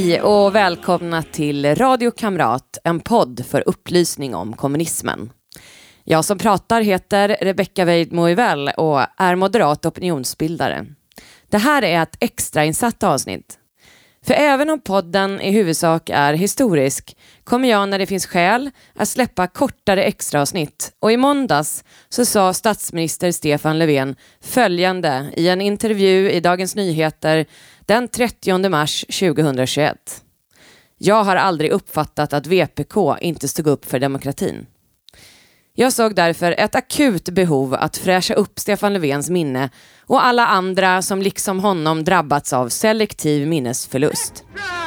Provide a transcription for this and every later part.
Hej och välkomna till Radio Kamrat, en podd för upplysning om kommunismen. Jag som pratar heter Rebecca Weidmoivell och är moderat opinionsbildare. Det här är ett extrainsatt avsnitt. För även om podden i huvudsak är historisk kommer jag när det finns skäl att släppa kortare extraavsnitt. Och i måndags så sa statsminister Stefan Löfven följande i en intervju i Dagens Nyheter den 30 mars 2021. Jag har aldrig uppfattat att VPK inte stod upp för demokratin. Jag såg därför ett akut behov att fräscha upp Stefan Löfvens minne och alla andra som liksom honom drabbats av selektiv minnesförlust.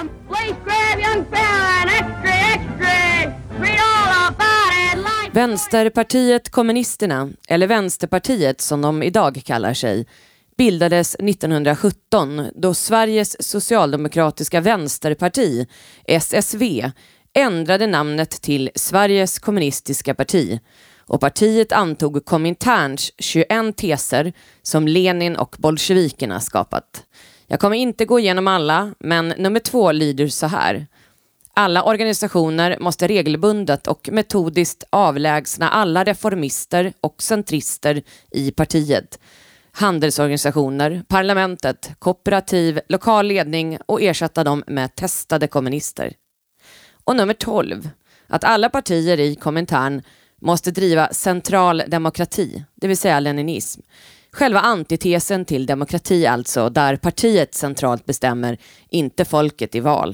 Vänsterpartiet kommunisterna, eller Vänsterpartiet som de idag kallar sig, bildades 1917 då Sveriges socialdemokratiska vänsterparti, SSV, ändrade namnet till Sveriges kommunistiska parti och partiet antog Kominterns 21 teser som Lenin och bolsjevikerna skapat. Jag kommer inte gå igenom alla, men nummer 2 lyder så här. Alla organisationer måste regelbundet och metodiskt avlägsna alla reformister och centrister i partiet. Handelsorganisationer, parlamentet, kooperativ, lokal ledning och ersätta dem med testade kommunister. Och nummer 12, att alla partier i Komintern måste driva central demokrati, det vill säga leninism. Själva antitesen till demokrati alltså, där partiet centralt bestämmer, inte folket i val.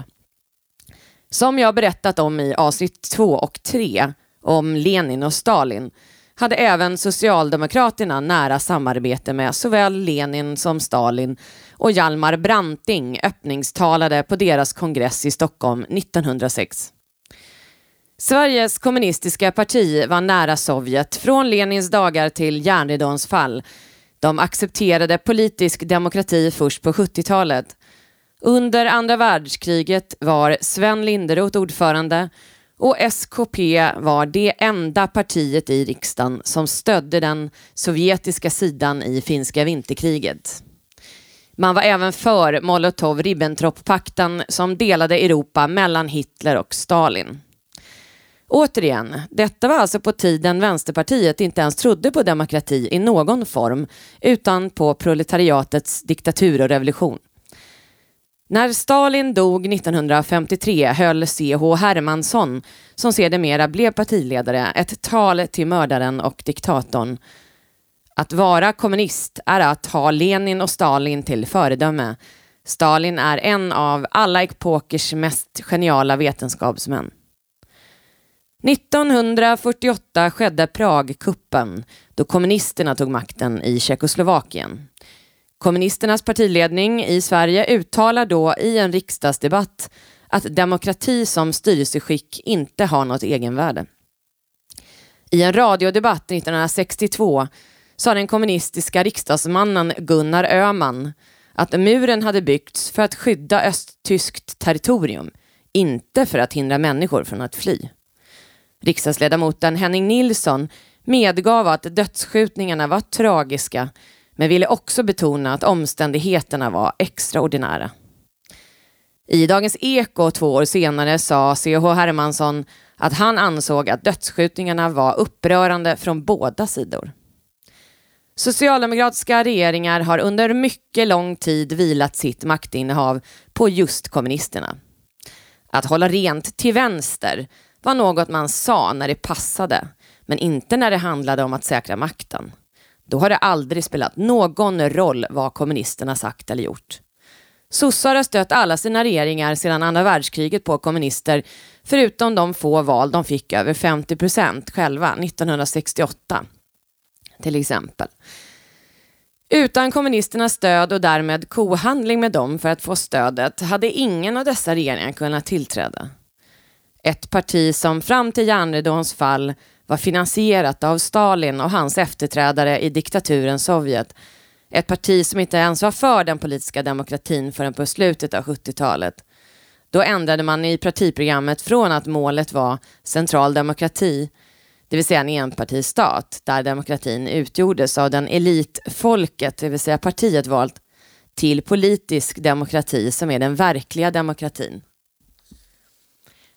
Som jag berättat om i avsnitt 2 och 3 om Lenin och Stalin hade även Socialdemokraterna nära samarbete med såväl Lenin som Stalin och Hjalmar Branting öppningstalade på deras kongress i Stockholm 1906. Sveriges kommunistiska parti var nära Sovjet från Lenins dagar till järnridåns fall. De accepterade politisk demokrati först på 70-talet. Under andra världskriget var Sven Linderoth ordförande och SKP var det enda partiet i riksdagen som stödde den sovjetiska sidan i finska vinterkriget. Man var även för Molotov-Ribbentrop-pakten som delade Europa mellan Hitler och Stalin. Återigen, detta var alltså på tiden Vänsterpartiet inte ens trodde på demokrati i någon form utan på proletariatets diktatur och revolution. När Stalin dog 1953 höll C.H. Hermansson, som sedermera blev partiledare, ett tal till mördaren och diktatorn. Att vara kommunist är att ha Lenin och Stalin till föredöme. Stalin är en av alla epokers mest geniala vetenskapsmän. 1948 skedde Pragkuppen då kommunisterna tog makten i Tjeckoslovakien. Kommunisternas partiledning i Sverige uttalar då i en riksdagsdebatt att demokrati som styrelseskick inte har något egenvärde. I en radiodebatt 1962 sa den kommunistiska riksdagsmannen Gunnar Öhman att muren hade byggts för att skydda östtyskt territorium, inte för att hindra människor från att fly. Riksdagsledamoten Henning Nilsson medgav att dödsskjutningarna var tragiska, men ville också betona att omständigheterna var extraordinära. I Dagens Eko 2 år senare sa C.H. Hermansson att han ansåg att dödsskjutningarna var upprörande från båda sidor. Socialdemokratiska regeringar har under mycket lång tid vilat sitt maktinnehav på just kommunisterna. Att hålla rent till vänster var något man sa när det passade, men inte när det handlade om att säkra makten. Då har det aldrig spelat någon roll vad kommunisterna sagt eller gjort. Sossar har stött alla sina regeringar sedan andra världskriget på kommunister, förutom de få val de fick över 50% själva 1968 till exempel. Utan kommunisternas stöd och därmed kohandling med dem för att få stödet hade ingen av dessa regeringar kunnat tillträda. Ett parti som fram till järnridåns fall var finansierat av Stalin och hans efterträdare i diktaturen Sovjet. Ett parti som inte ens var för den politiska demokratin förrän på slutet av 70-talet. Då ändrade man i partiprogrammet från att målet var central demokrati, det vill säga en enpartistat, där demokratin utgjordes av den elitfolket, det vill säga partiet valt, till politisk demokrati som är den verkliga demokratin.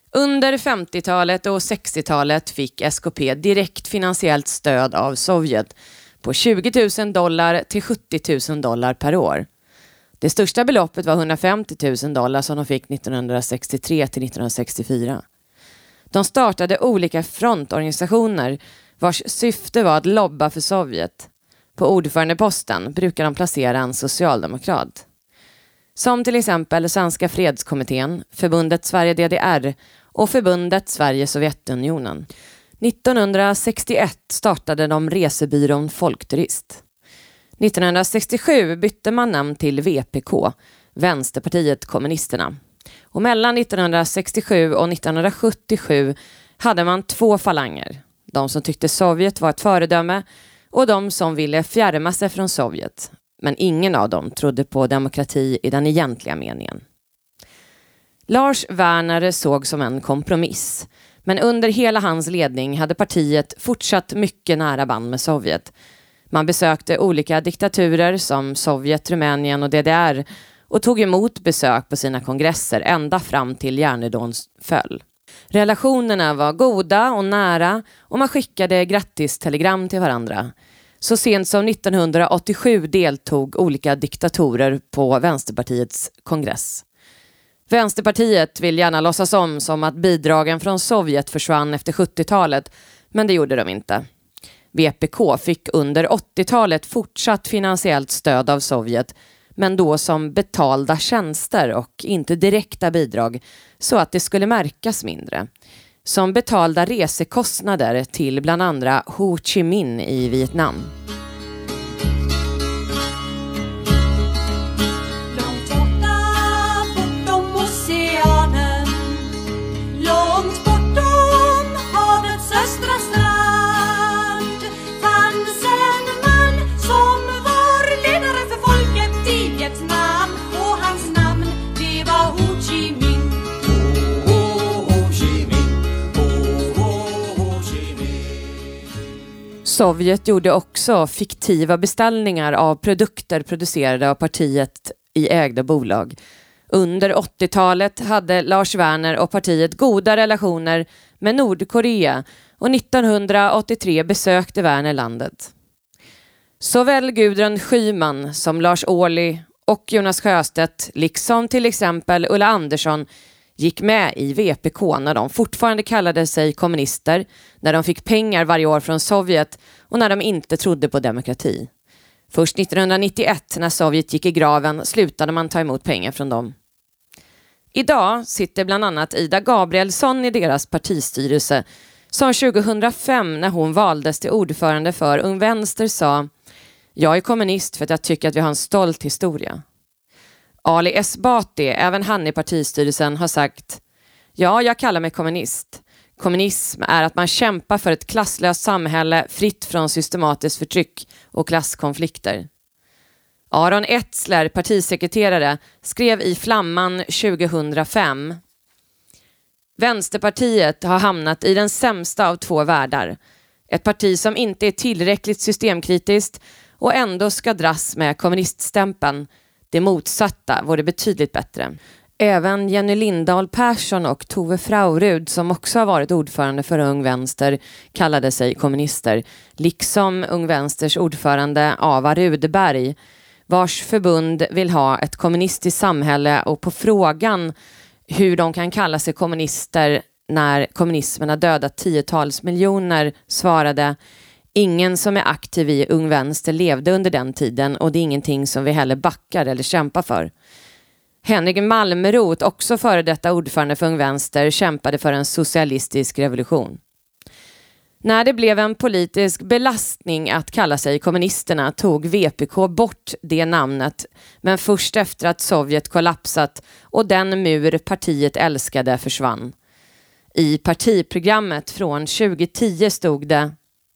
Under 50-talet och 60-talet fick SKP direkt finansiellt stöd av Sovjet på $20,000 till $70,000 per år. Det största beloppet var $150,000 som de fick 1963 till 1964. De startade olika frontorganisationer vars syfte var att lobba för Sovjet. På ordförandeposten brukar de placera en socialdemokrat. Som till exempel Svenska fredskommittén, Förbundet Sverige-DDR och Förbundet Sverige-Sovjetunionen. 1961 startade de resebyrån Folkturist. 1967 bytte man namn till VPK, Vänsterpartiet kommunisterna. Och mellan 1967 och 1977 hade man två falanger. De som tyckte Sovjet var ett föredöme och de som ville fjärma sig från Sovjet. Men ingen av dem trodde på demokrati i den egentliga meningen. Lars Werner såg som en kompromiss. Men under hela hans ledning hade partiet fortsatt mycket nära band med Sovjet. Man besökte olika diktaturer som Sovjet, Rumänien och DDR och tog emot besök på sina kongresser ända fram till järnridåns föll. Relationerna var goda och nära och man skickade grattistelegram till varandra. Så sent som 1987 deltog olika diktatorer på Vänsterpartiets kongress. Vänsterpartiet vill gärna låtsas som att bidragen från Sovjet försvann efter 70-talet, men det gjorde de inte. VPK fick under 80-talet fortsatt finansiellt stöd av Sovjet, men då som betalda tjänster och inte direkta bidrag, så att det skulle märkas mindre. Som betalda resekostnader till bland andra Ho Chi Minh i Vietnam. Sovjet gjorde också fiktiva beställningar av produkter producerade av partiet i ägda bolag. Under 80-talet hade Lars Werner och partiet goda relationer med Nordkorea och 1983 besökte Werner landet. Såväl Gudrun Schyman som Lars Ohly och Jonas Sjöstedt, liksom till exempel Ulla Andersson, gick med i VPK när de fortfarande kallade sig kommunister, när de fick pengar varje år från Sovjet och när de inte trodde på demokrati. Först 1991, när Sovjet gick i graven, slutade man ta emot pengar från dem. Idag sitter bland annat Ida Gabrielsson i deras partistyrelse, som 2005 när hon valdes till ordförande för Ung Vänster sa: "Jag är kommunist för att jag tycker att vi har en stolt historia." Ali Esbati, även han i partistyrelsen, har sagt: "Ja, jag kallar mig kommunist. Kommunism är att man kämpar för ett klasslöst samhälle fritt från systematiskt förtryck och klasskonflikter." Aron Etzler, partisekreterare, skrev i Flamman 2005: "Vänsterpartiet har hamnat i den sämsta av två världar. Ett parti som inte är tillräckligt systemkritiskt och ändå ska dras med kommuniststämpeln. Det motsatta vore betydligt bättre." Även Jenny Lindahl Persson och Tove Fraurud, som också har varit ordförande för Ung Vänster, kallade sig kommunister. Liksom Ung Vänsters ordförande Ava Rudberg, vars förbund vill ha ett kommunistiskt samhälle, och på frågan hur de kan kalla sig kommunister när kommunismen har dödat tiotals miljoner svarade: "Ingen som är aktiv i Ung Vänster levde under den tiden och det är ingenting som vi heller backar eller kämpar för." Henrik Malmroth, också före detta ordförande för Ung Vänster, kämpade för en socialistisk revolution. När det blev en politisk belastning att kalla sig kommunisterna tog VPK bort det namnet, men först efter att Sovjet kollapsat och den mur partiet älskade försvann. I partiprogrammet från 2010 stod det: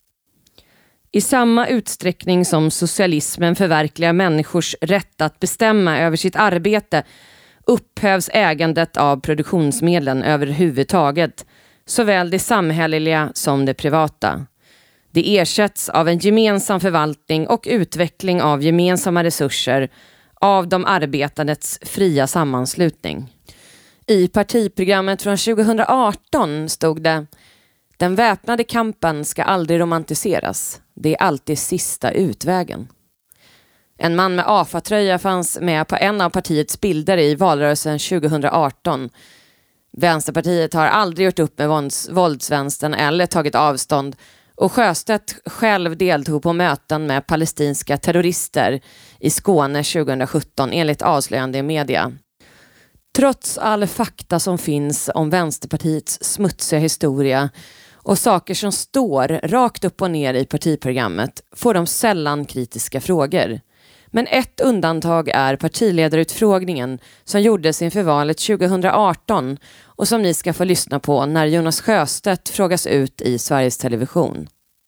"I samma utsträckning som socialismen förverkligar människors rätt att bestämma över sitt arbete upphävs ägandet av produktionsmedlen överhuvudtaget, såväl det samhälleliga som det privata. Det ersätts av en gemensam förvaltning och utveckling av gemensamma resurser av de arbetandets fria sammanslutning." I partiprogrammet från 2018 stod det: den väpnade kampen ska aldrig romantiseras. Det är alltid sista utvägen. En man med AFA-tröja fanns med på en av partiets bilder i valrörelsen 2018. Vänsterpartiet har aldrig gjort upp med våldsvänstern eller tagit avstånd, och Sjöstedt själv deltog på möten med palestinska terrorister i Skåne 2017 enligt avslöjande i media. Trots all fakta som finns om Vänsterpartiets smutsiga historia och saker som står rakt upp och ner i partiprogrammet får de sällan kritiska frågor. Men ett undantag är partiledarutfrågningen som gjordes inför valet 2018 och som ni ska få lyssna på när Jonas Sjöstedt frågas ut i Sveriges Television.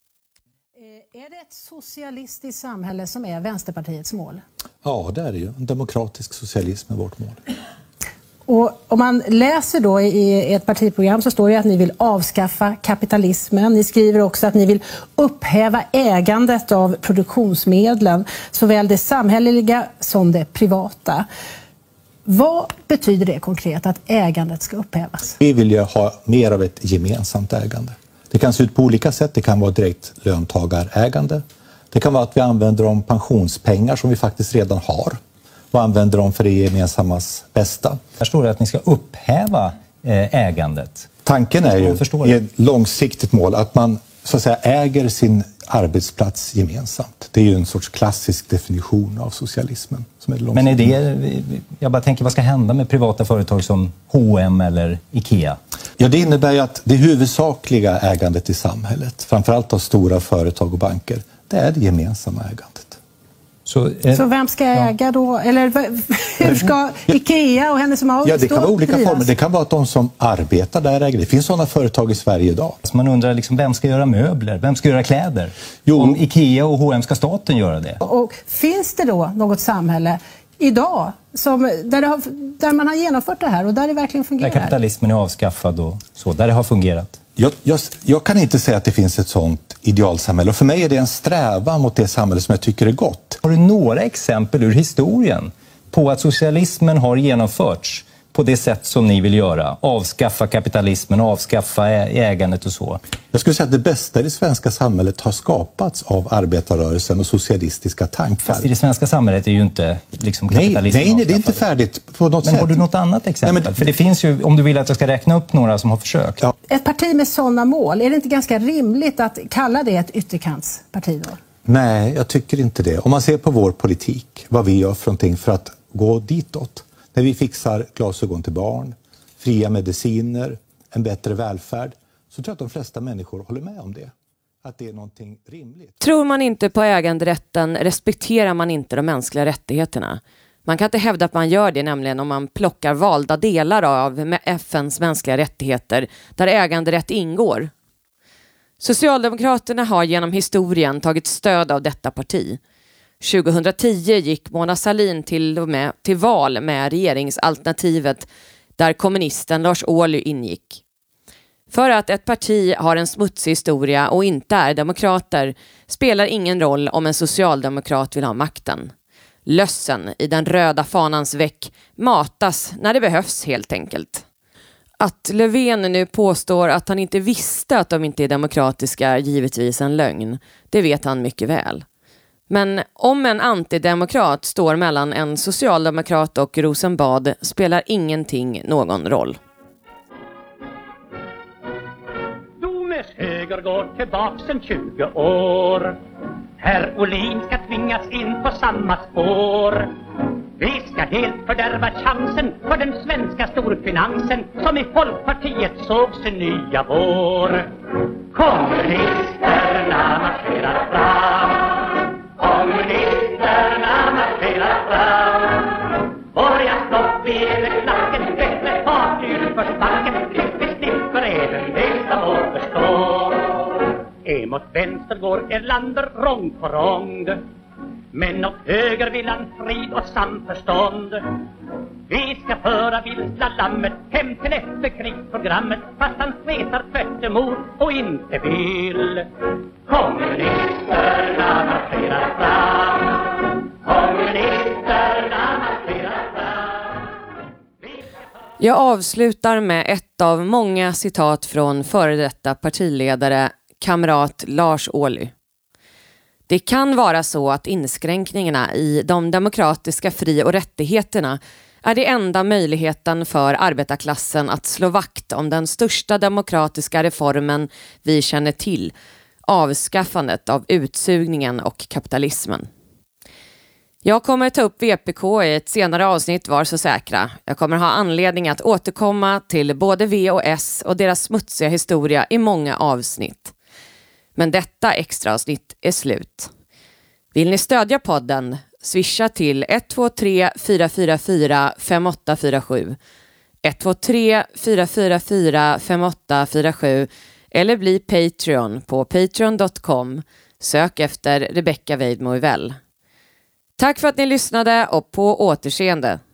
Är det ett socialistiskt samhälle som är Vänsterpartiets mål? Ja, det är det ju. En demokratisk socialism är vårt mål. Och om man läser då i ett partiprogram så står det att ni vill avskaffa kapitalismen. Ni skriver också att ni vill upphäva ägandet av produktionsmedlen, såväl det samhälleliga som det privata. Vad betyder det konkret att ägandet ska upphävas? Vi vill ju ha mer av ett gemensamt ägande. Det kan se ut på olika sätt. Det kan vara direkt löntagarägande. Det kan vara att vi använder de pensionspengar som vi faktiskt redan har och använder dem för det gemensammas bästa. Här står det att ni ska upphäva ägandet. Tanken är ju i ett långsiktigt mål att man så att säga äger sin arbetsplats gemensamt. Det är ju en sorts klassisk definition av socialismen. Som är men är det, jag bara tänker, vad ska hända med privata företag som H&M eller Ikea? Ja, det innebär ju att det huvudsakliga ägandet i samhället, framförallt av stora företag och banker, det är det gemensamma ägandet. Så vem ska äga då? Eller hur ska Ikea och Hennes & Mauritz Ja, det kan vara olika former. Det kan vara att de som arbetar där äger. Det finns sådana företag i Sverige idag. Så man undrar liksom, vem ska göra möbler? Vem ska göra kläder? Jo. Om Ikea och H&M ska staten göra det? Och finns det då något samhälle idag där man har genomfört det här och där det verkligen fungerar? Där kapitalismen är avskaffad och så, där det har fungerat. Jag kan inte säga att det finns ett sånt idealsamhälle. Och för mig är det en strävan mot det samhälle som jag tycker är gott. Har du några exempel ur historien på att socialismen har genomförts på det sätt som ni vill göra? Avskaffa kapitalismen, avskaffa ägandet och så. Jag skulle säga att det bästa i det svenska samhället har skapats av arbetarrörelsen och socialistiska tankar. Fast i det svenska samhället är ju inte liksom kapitalismen Nej, det är inte färdigt på något sätt. Men har du något annat exempel? För det finns ju, om du vill att jag ska räkna upp några som har försökt. Ja. Ett parti med sådana mål, är det inte ganska rimligt att kalla det ett ytterkantsparti då? Nej, jag tycker inte det. Om man ser på vår politik, vad vi gör för någonting för att gå ditåt. När vi fixar glasögon till barn, fria mediciner, en bättre välfärd, så tror jag att de flesta människor håller med om det. Att det är någonting rimligt. Tror man inte på äganderätten respekterar man inte de mänskliga rättigheterna. Man kan inte hävda att man gör det, nämligen om man plockar valda delar av FNs mänskliga rättigheter där äganderätt ingår. Socialdemokraterna har genom historien tagit stöd av detta parti. 2010 gick Mona Sahlin till val med regeringsalternativet där kommunisten Lars Ohly ingick. För att ett parti har en smutsig historia och inte är demokrater spelar ingen roll om en socialdemokrat vill ha makten. Lössen i den röda fanans väck matas när det behövs helt enkelt. Att Löfven nu påstår att han inte visste att de inte är demokratiska är givetvis en lögn. Det vet han mycket väl. Men om en antidemokrat står mellan en socialdemokrat och Rosenbad spelar ingenting någon roll. Domes höger går tillbaks en 20 år. Herr Olin ska tvingas in på samma spår. Vi ska helt fördärva chansen för den svenska storfinansen som i Folkpartiet såg sin nya vår. Kommunisterna marscherar fram. Kommunisterna marscherar fram. Borga stopp i överklacken, bättre fart ur försbacken. Vi slipper även det som återstår. Emot vänster går Erlander rång på rång. Men åt höger vill han frid och samförstånd. Vi ska föra vilda lammet hem till efterkrigsprogrammet, fast han stretar tvärt emot och inte vill. Kommunisterna marscherar fram. Kommunisterna marscherar fram. Jag avslutar med ett av många citat från före detta partiledare, kamrat Lars Ohly. Det kan vara så att inskränkningarna i de demokratiska fri- och rättigheterna är det enda möjligheten för arbetarklassen att slå vakt om den största demokratiska reformen vi känner till, avskaffandet av utsugningen och kapitalismen. Jag kommer ta upp VPK i ett senare avsnitt, var så säkra. Jag kommer ha anledning att återkomma till både V och S och deras smutsiga historia i många avsnitt. Men detta extra avsnitt är slut. Vill ni stödja podden? Swisha till 123 444 5847 123 444 5847 eller bli Patreon på patreon.com. Sök efter Rebecca Weidmo Uvell. Tack för att ni lyssnade och på återseende.